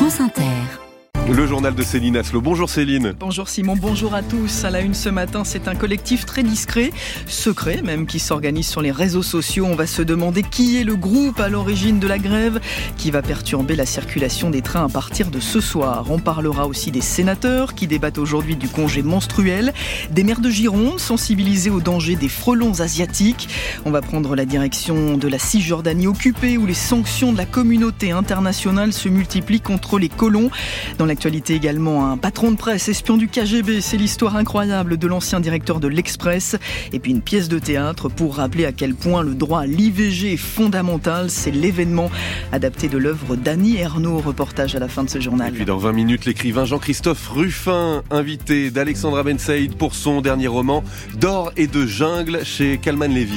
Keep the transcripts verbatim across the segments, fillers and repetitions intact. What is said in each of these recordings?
France Inter. Le journal de Céline Aslo. Bonjour Céline. Bonjour Simon, bonjour à tous. À la une ce matin, c'est un collectif très discret, secret même, qui s'organise sur les réseaux sociaux. On va se demander qui est le groupe à l'origine de la grève qui va perturber la circulation des trains à partir de ce soir. On parlera aussi des sénateurs qui débattent aujourd'hui du congé menstruel, des maires de Gironde sensibilisés au danger des frelons asiatiques. On va prendre la direction de la Cisjordanie occupée où les sanctions de la communauté internationale se multiplient contre les colons. Dans l'actualité également, un patron de presse espion du K G B, c'est l'histoire incroyable de l'ancien directeur de l'Express. Et puis une pièce de théâtre pour rappeler à quel point le droit à l'I V G est fondamental. C'est l'événement adapté de l'œuvre d'Annie Ernaux. Reportage à la fin de ce journal. Et puis dans vingt minutes, l'écrivain Jean-Christophe Ruffin, invité d'Alexandra Ben Saïd pour son dernier roman D'or et de jungle chez Calman Levy.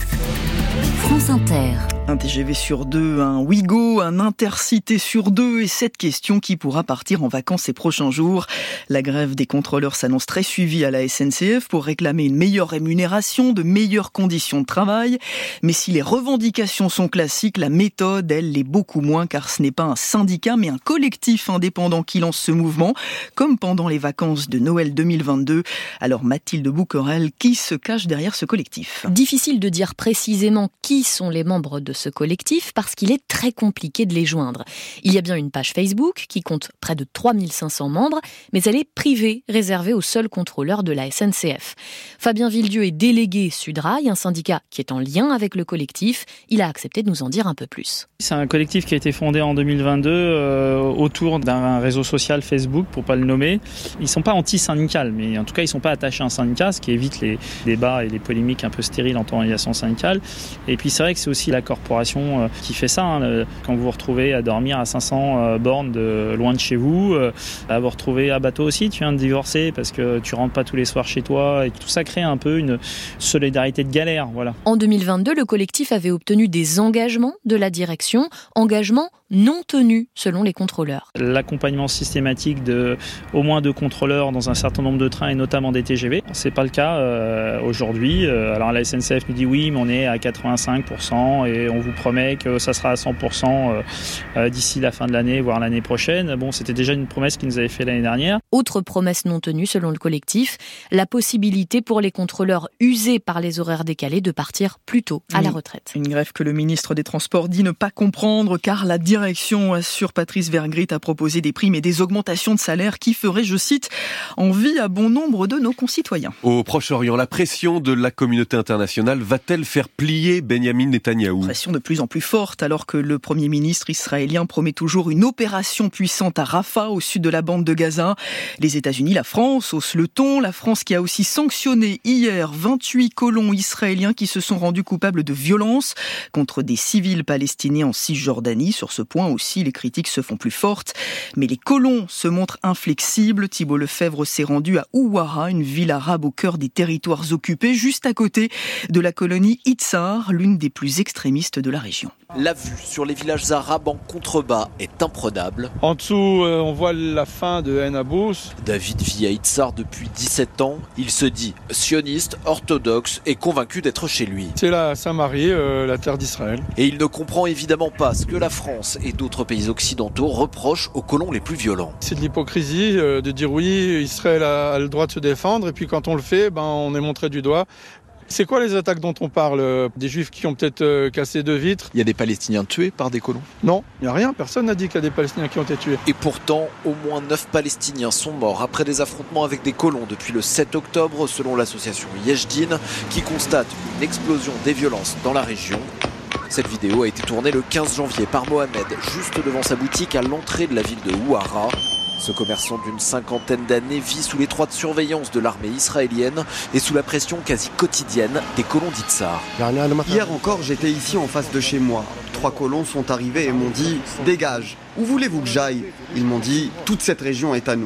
France Inter. Un T G V sur deux, un Ouigo, un Intercité sur deux et cette question qui pourra partir en vacances ces prochains jours. La grève des contrôleurs s'annonce très suivie à la S N C F pour réclamer une meilleure rémunération, de meilleures conditions de travail. Mais si les revendications sont classiques, la méthode, elle, l'est beaucoup moins car ce n'est pas un syndicat mais un collectif indépendant qui lance ce mouvement, comme pendant les vacances de Noël deux mille vingt-deux. Alors Mathilde Bouquerel, qui se cache derrière ce collectif ? Difficile de dire précisément qui sont les membres de ce collectif parce qu'il est très compliqué de les joindre. Il y a bien une page Facebook qui compte près de trois mille cinq cents membres, mais elle est privée, réservée aux seuls contrôleurs de la S N C F. Fabien Villedieu est délégué Sudrail, un syndicat qui est en lien avec le collectif. Il a accepté de nous en dire un peu plus. C'est un collectif qui a été fondé en deux mille vingt-deux euh, autour d'un réseau social Facebook, pour pas le nommer. Ils ne sont pas anti-syndicales, mais en tout cas ils ne sont pas attachés à un syndicat, ce qui évite les débats et les polémiques un peu stériles en temps d'organisation syndicale. Et puis c'est vrai que c'est aussi la corporation qui fait ça. Hein. Quand vous vous retrouvez à dormir à cinq cents bornes de, loin de chez vous, à vous retrouver à bateau aussi, tu viens de divorcer parce que tu rentres pas tous les soirs chez toi. Et tout ça crée un peu une solidarité de galère. Voilà. En deux mille vingt-deux, le collectif avait obtenu des engagements de la direction, engagements non tenus selon les contrôleurs. L'accompagnement systématique de au moins deux contrôleurs dans un certain nombre de trains et notamment des T G V, c'est pas le cas euh, aujourd'hui. Alors la S N C F nous dit oui, mais on est à quatre-vingt-cinq pour cent et on vous promet que ça sera à cent pour cent euh, d'ici la fin de l'année, voire l'année prochaine. Bon, c'était déjà une promesse qu'ils nous avaient fait l'année dernière. Autre promesse non tenue selon le collectif, la possibilité pour les contrôleurs usés par les horaires décalés de partir plus tôt à la retraite. Une grève que le ministre des Transports dit ne pas comprendre car la direction, assure Patrice Vergrit, a proposé des primes et des augmentations de salaire qui feraient, je cite, envie à bon nombre de nos concitoyens. Au Proche-Orient, la pression de la communauté internationale va-t-elle faire plier Benyamin Netanyahou ? Pression de plus en plus forte alors que le Premier ministre israélien promet toujours une opération puissante à Rafah, au sud de la bande de Gaza. Les États-Unis, la France haussent le ton. La France qui a aussi sanctionné hier vingt-huit colons israéliens qui se sont rendus coupables de violences contre des civils palestiniens en Cisjordanie. Sur ce point aussi, les critiques se font plus fortes. Mais les colons se montrent inflexibles. Thibault Lefebvre s'est rendu à Ouara, une ville arabe au cœur des territoires occupés, juste à côté de la colonie Itzar, l'une des plus extrémistes de la région. La vue sur les villages arabes en contrebas est imprenable. En dessous, euh, on voit la fin de En Abous. David vit à Itzar depuis dix-sept ans. Il se dit sioniste, orthodoxe et convaincu d'être chez lui. C'est la Samarie, euh, la terre d'Israël. Et il ne comprend évidemment pas ce que la France et d'autres pays occidentaux reprochent aux colons les plus violents. C'est de l'hypocrisie euh, de dire oui, Israël a, a le droit de se défendre et puis quand on le fait, ben, on est montré du doigt. C'est quoi les attaques dont on parle ? Des juifs qui ont peut-être euh, cassé deux vitres ? Il y a des Palestiniens tués par des colons ? Non, il n'y a rien. Personne n'a dit qu'il y a des Palestiniens qui ont été tués. Et pourtant, au moins neuf Palestiniens sont morts après des affrontements avec des colons depuis le sept octobre, selon l'association Yejdin, qui constate une explosion des violences dans la région. Cette vidéo a été tournée le quinze janvier par Mohamed, juste devant sa boutique à l'entrée de la ville de Ouara. Ce commerçant d'une cinquantaine d'années vit sous l'étroite surveillance de l'armée israélienne et sous la pression quasi quotidienne des colons d'Itzar. Hier encore, j'étais ici en face de chez moi. Trois colons sont arrivés et m'ont dit « Dégage !» Où voulez-vous que j'aille ? Ils m'ont dit « Toute cette région est à nous ».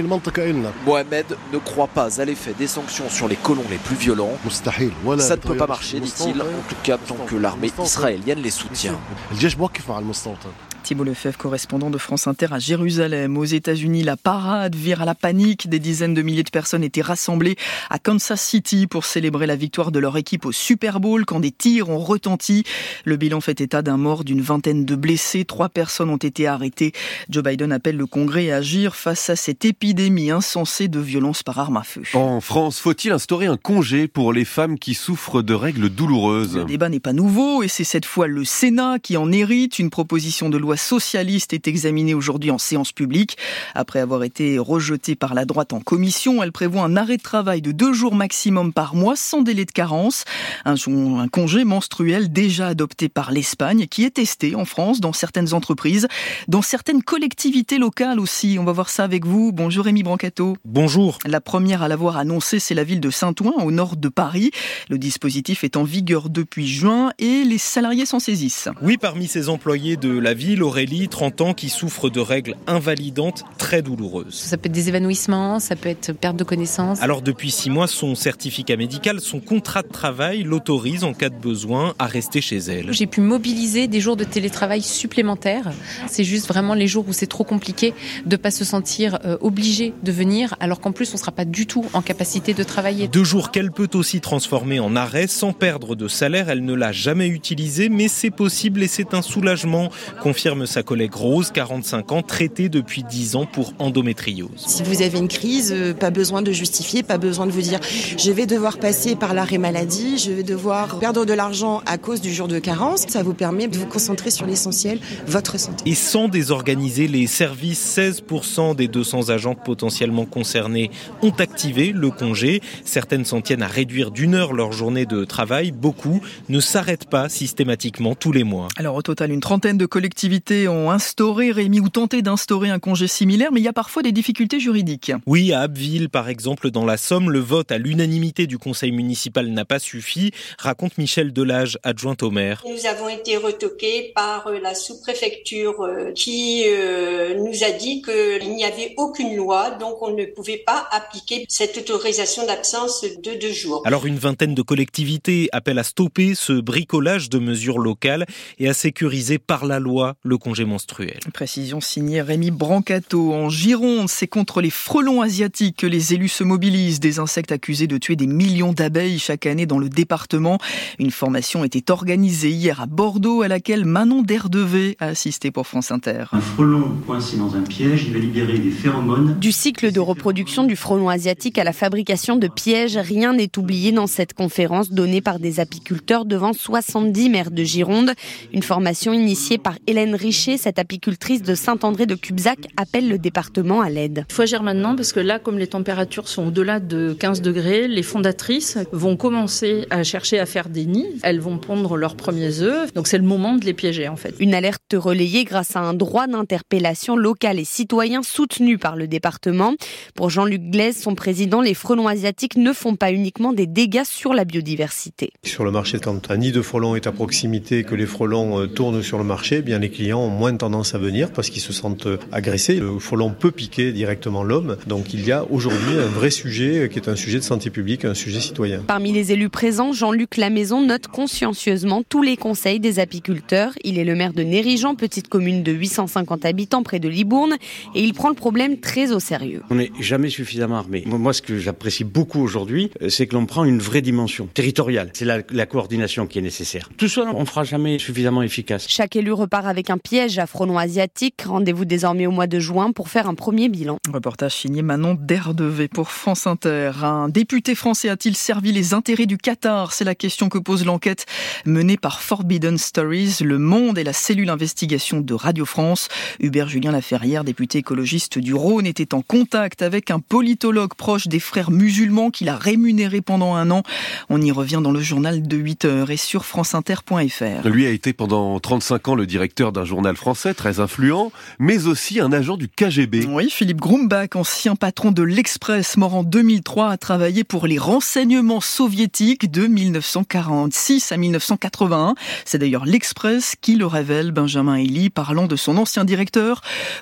Mohamed ne croit pas à l'effet des sanctions sur les colons les plus violents. Ça ne peut pas marcher, dit-il, en tout cas tant que l'armée israélienne les soutient. Thibault Lefebvre, correspondant de France Inter à Jérusalem. Aux États-Unis, la parade vire à la panique. Des dizaines de milliers de personnes étaient rassemblées à Kansas City pour célébrer la victoire de leur équipe au Super Bowl quand des tirs ont retenti. Le bilan fait état d'un mort, d'une vingtaine de blessés. Trois personnes ont été arrêtées. Joe Biden appelle le Congrès à agir face à cette épidémie insensée de violence par arme à feu. En France, faut-il instaurer un congé pour les femmes qui souffrent de règles douloureuses ? Le débat n'est pas nouveau et c'est cette fois le Sénat qui en hérite. Une proposition de loi socialiste est examinée aujourd'hui en séance publique. Après avoir été rejetée par la droite en commission, elle prévoit un arrêt de travail de deux jours maximum par mois sans délai de carence. Un, un congé menstruel déjà adopté par l'Espagne qui est testé en France dans certaines entreprises, dans certaines collectivités locales aussi. On va voir ça avec vous. Bonjour Rémi Brancato. Bonjour. La première à l'avoir annoncé, c'est la ville de Saint-Ouen, au nord de Paris. Le dispositif est en vigueur depuis juin et les salariés s'en saisissent. Oui, parmi ces employés de la ville, Aurélie, trente ans, qui souffre de règles invalidantes très douloureuses. Ça peut être des évanouissements, ça peut être perte de connaissance. Alors depuis six mois, son certificat médical, son contrat de travail l'autorise en cas de besoin à rester chez elle. J'ai pu mobiliser des jours de télétravail supplémentaires. C'est juste vraiment les jours où c'est trop compliqué de ne pas se sentir euh, obligé de venir, alors qu'en plus on ne sera pas du tout en capacité de travailler. Deux jours qu'elle peut aussi transformer en arrêt sans perdre de salaire. Elle ne l'a jamais utilisé, mais c'est possible et c'est un soulagement, confirme sa collègue Rose, quarante-cinq ans, traitée depuis dix ans pour endométriose. Si vous avez une crise, pas besoin de justifier, pas besoin de vous dire je vais devoir passer par l'arrêt maladie, je vais devoir perdre de l'argent à cause du jour de carence. Ça vous permet de vous concentrer sur l'essentiel, votre santé. Et sans désorganiser les services, seize pour cent des deux cents agents potentiellement concernés ont activé le congé. Certaines s'en tiennent à réduire d'une heure leur journée de travail. Beaucoup ne s'arrêtent pas systématiquement tous les mois. Alors au total, une trentaine de collectivités ont instauré, Rémi, ou tenté d'instaurer un congé similaire, mais il y a parfois des difficultés juridiques. Oui, à Abbeville, par exemple, dans la Somme, le vote à l'unanimité du conseil municipal n'a pas suffi, raconte Michel Delage, adjointe au maire. Nous avons été retoqués par la sous-préfecture qui nous a dit qu'il n'y avait aucune loi, donc on ne pouvait pas appliquer cette autorisation d'absence de deux jours. Alors une vingtaine de collectivités appellent à stopper ce bricolage de mesures locales et à sécuriser par la loi le congé menstruel. Précision signée Rémi Brancato. En Gironde, c'est contre les frelons asiatiques que les élus se mobilisent. Des insectes accusés de tuer des millions d'abeilles chaque année dans le département. Une formation était organisée hier à Bordeaux à laquelle Manon Derdevé a assisté pour France Inter. Un frelon coincé dans un piège, il va libérer des phéromones. Du cycle de reproduction du frelon asiatique à la fabrication de pièges, rien n'est oublié dans cette conférence donnée par des apiculteurs devant soixante-dix maires de Gironde. Une formation initiée par Hélène Richer, cette apicultrice de Saint-André de Cubzac, appelle le département à l'aide. Il faut agir maintenant parce que là, comme les températures sont au-delà de quinze degrés, les fondatrices vont commencer à chercher à faire des nids. Elles vont pondre leurs premiers œufs. Donc c'est le moment de les piéger en fait. Une alerte relayée grâce à un droit d'interpellation local et citoyen soutenu par le département. Pour Jean-Luc Glaise, son président, les frelons asiatiques ne font pas uniquement des dégâts sur la biodiversité. Sur le marché, quand un nid de frelons est à proximité et que les frelons tournent sur le marché, eh bien les clients ont moins tendance à venir parce qu'ils se sentent agressés. Le frelon peut piquer directement l'homme. Donc il y a aujourd'hui un vrai sujet qui est un sujet de santé publique, un sujet citoyen. Parmi les élus présents, Jean-Luc Lamaison note consciencieusement tous les conseils des apiculteurs. Il est le maire de Nérigeant, petite commune de huit cent cinquante habitants près de Libourne, et il prend le problème très au sérieux. On n'est jamais suffisamment armé. Moi, ce que j'apprécie beaucoup aujourd'hui, c'est que l'on prend une vraie dimension territoriale. C'est la, la coordination qui est nécessaire. Tout seul, on ne fera jamais suffisamment efficace. Chaque élu repart avec un piège à frelons asiatiques. Rendez-vous désormais au mois de juin pour faire un premier bilan. Reportage signé Manon Derdevé pour France Inter. Un député français a-t-il servi les intérêts du Qatar ? C'est la question que pose l'enquête menée par Forbidden Stories, Le Monde et la cellule investigation de Radio France. Hubert Julien Laferrière, député écologiste du Rhône, était en contact avec un politologue proche des frères musulmans qu'il a rémunéré pendant un an. On y revient dans le journal de huit heures et sur franceinter point f r. Lui a été pendant trente-cinq ans le directeur d'un journal français très influent, mais aussi un agent du K G B. Oui, Philippe Grumbach, ancien patron de l'Express, mort en deux mille trois, a travaillé pour les renseignements soviétiques de mille neuf cent quarante-six à mille neuf cent quatre-vingt-un. C'est d'ailleurs l'Express qui le révèle, Benjamin Elie, parlant de son ancien directeur.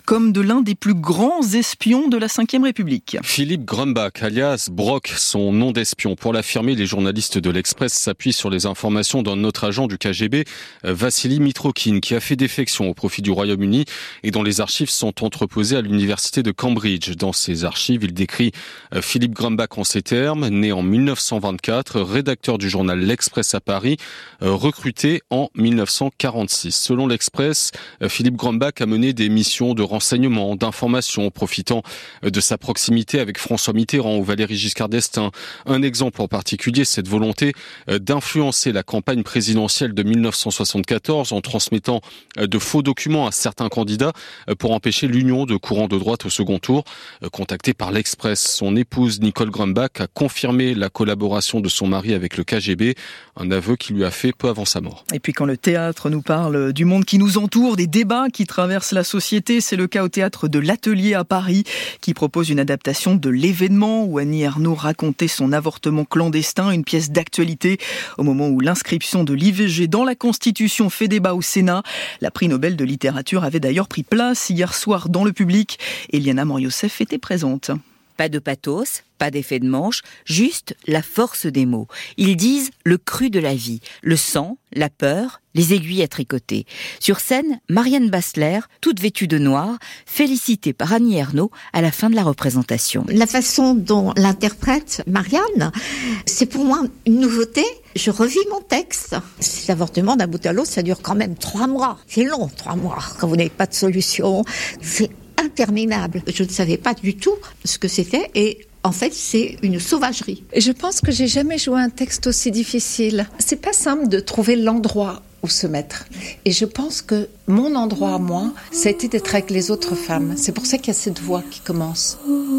comme de l'un des plus grands espions de la cinquième République. Philippe Grumbach, alias Brock, son nom d'espion. Pour l'affirmer, les journalistes de l'Express s'appuient sur les informations d'un autre agent du K G B, Vassili Mitrokhin, qui a fait défection au profit du Royaume-Uni et dont les archives sont entreposées à l'université de Cambridge. Dans ses archives, il décrit Philippe Grumbach en ces termes, né en mille neuf cent vingt-quatre, rédacteur du journal L'Express à Paris, recruté en mille neuf cent quarante-six. Selon l'Express, Philippe Grumbach a mené des missions de renseignement, d'information, profitant de sa proximité avec François Mitterrand ou Valéry Giscard d'Estaing. Un exemple en particulier, cette volonté d'influencer la campagne présidentielle de mille neuf cent soixante-quatorze en transmettant de faux documents à certains candidats pour empêcher l'union de courants de droite au second tour. Contacté par l'Express, son épouse Nicole Grumbach a confirmé la collaboration de son mari avec le K G B, un aveu qu'il lui a fait peu avant sa mort. Et puis quand le théâtre nous parle du monde qui nous entoure, des débats qui traversent la société, c'est le cas au théâtre de l'Atelier à Paris, qui propose une adaptation de l'événement où Annie Ernaux racontait son avortement clandestin, une pièce d'actualité au moment où l'inscription de l'I V G dans la Constitution fait débat au Sénat. La prix Nobel de littérature avait d'ailleurs pris place hier soir dans le public. Eliana Moriosef était présente. Pas de pathos, pas d'effet de manche, juste la force des mots. Ils disent le cru de la vie, le sang, la peur, les aiguilles à tricoter. Sur scène, Marianne Bassler, toute vêtue de noir, félicitée par Annie Ernaux à la fin de la représentation. La façon dont l'interprète Marianne, c'est pour moi une nouveauté. Je revis mon texte. Cet avortement d'un bout à l'autre, ça dure quand même trois mois. C'est long, trois mois, quand vous n'avez pas de solution. C'est interminable. Je ne savais pas du tout ce que c'était et en fait, c'est une sauvagerie. Je pense que j'ai jamais joué un texte aussi difficile. C'est pas simple de trouver l'endroit où se mettre. Et je pense que mon endroit à moi, ça a été d'être avec les autres femmes. C'est pour ça qu'il y a cette voix qui commence.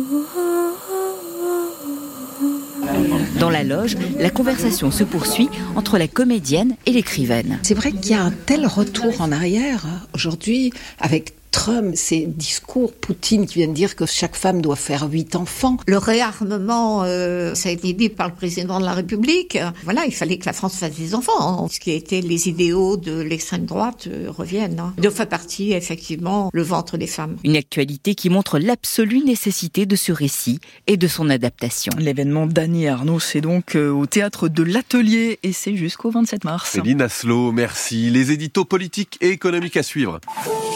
Dans la loge, la conversation se poursuit entre la comédienne et l'écrivaine. C'est vrai qu'il y a un tel retour en arrière aujourd'hui avec Trump, ces discours, Poutine qui vient de dire que chaque femme doit faire huit enfants. Le réarmement, euh, ça a été dit par le président de la République. Voilà, il fallait que la France fasse des enfants. Hein. Ce qui a été les idéaux de l'extrême droite euh, reviennent. Hein. De fait partie, effectivement, le ventre des femmes. Une actualité qui montre l'absolue nécessité de ce récit et de son adaptation. L'événement d'Annie Ernaux, c'est donc au théâtre de l'Atelier et c'est jusqu'au vingt-sept mars. Céline Aslo, merci. Les éditos politiques et économiques à suivre.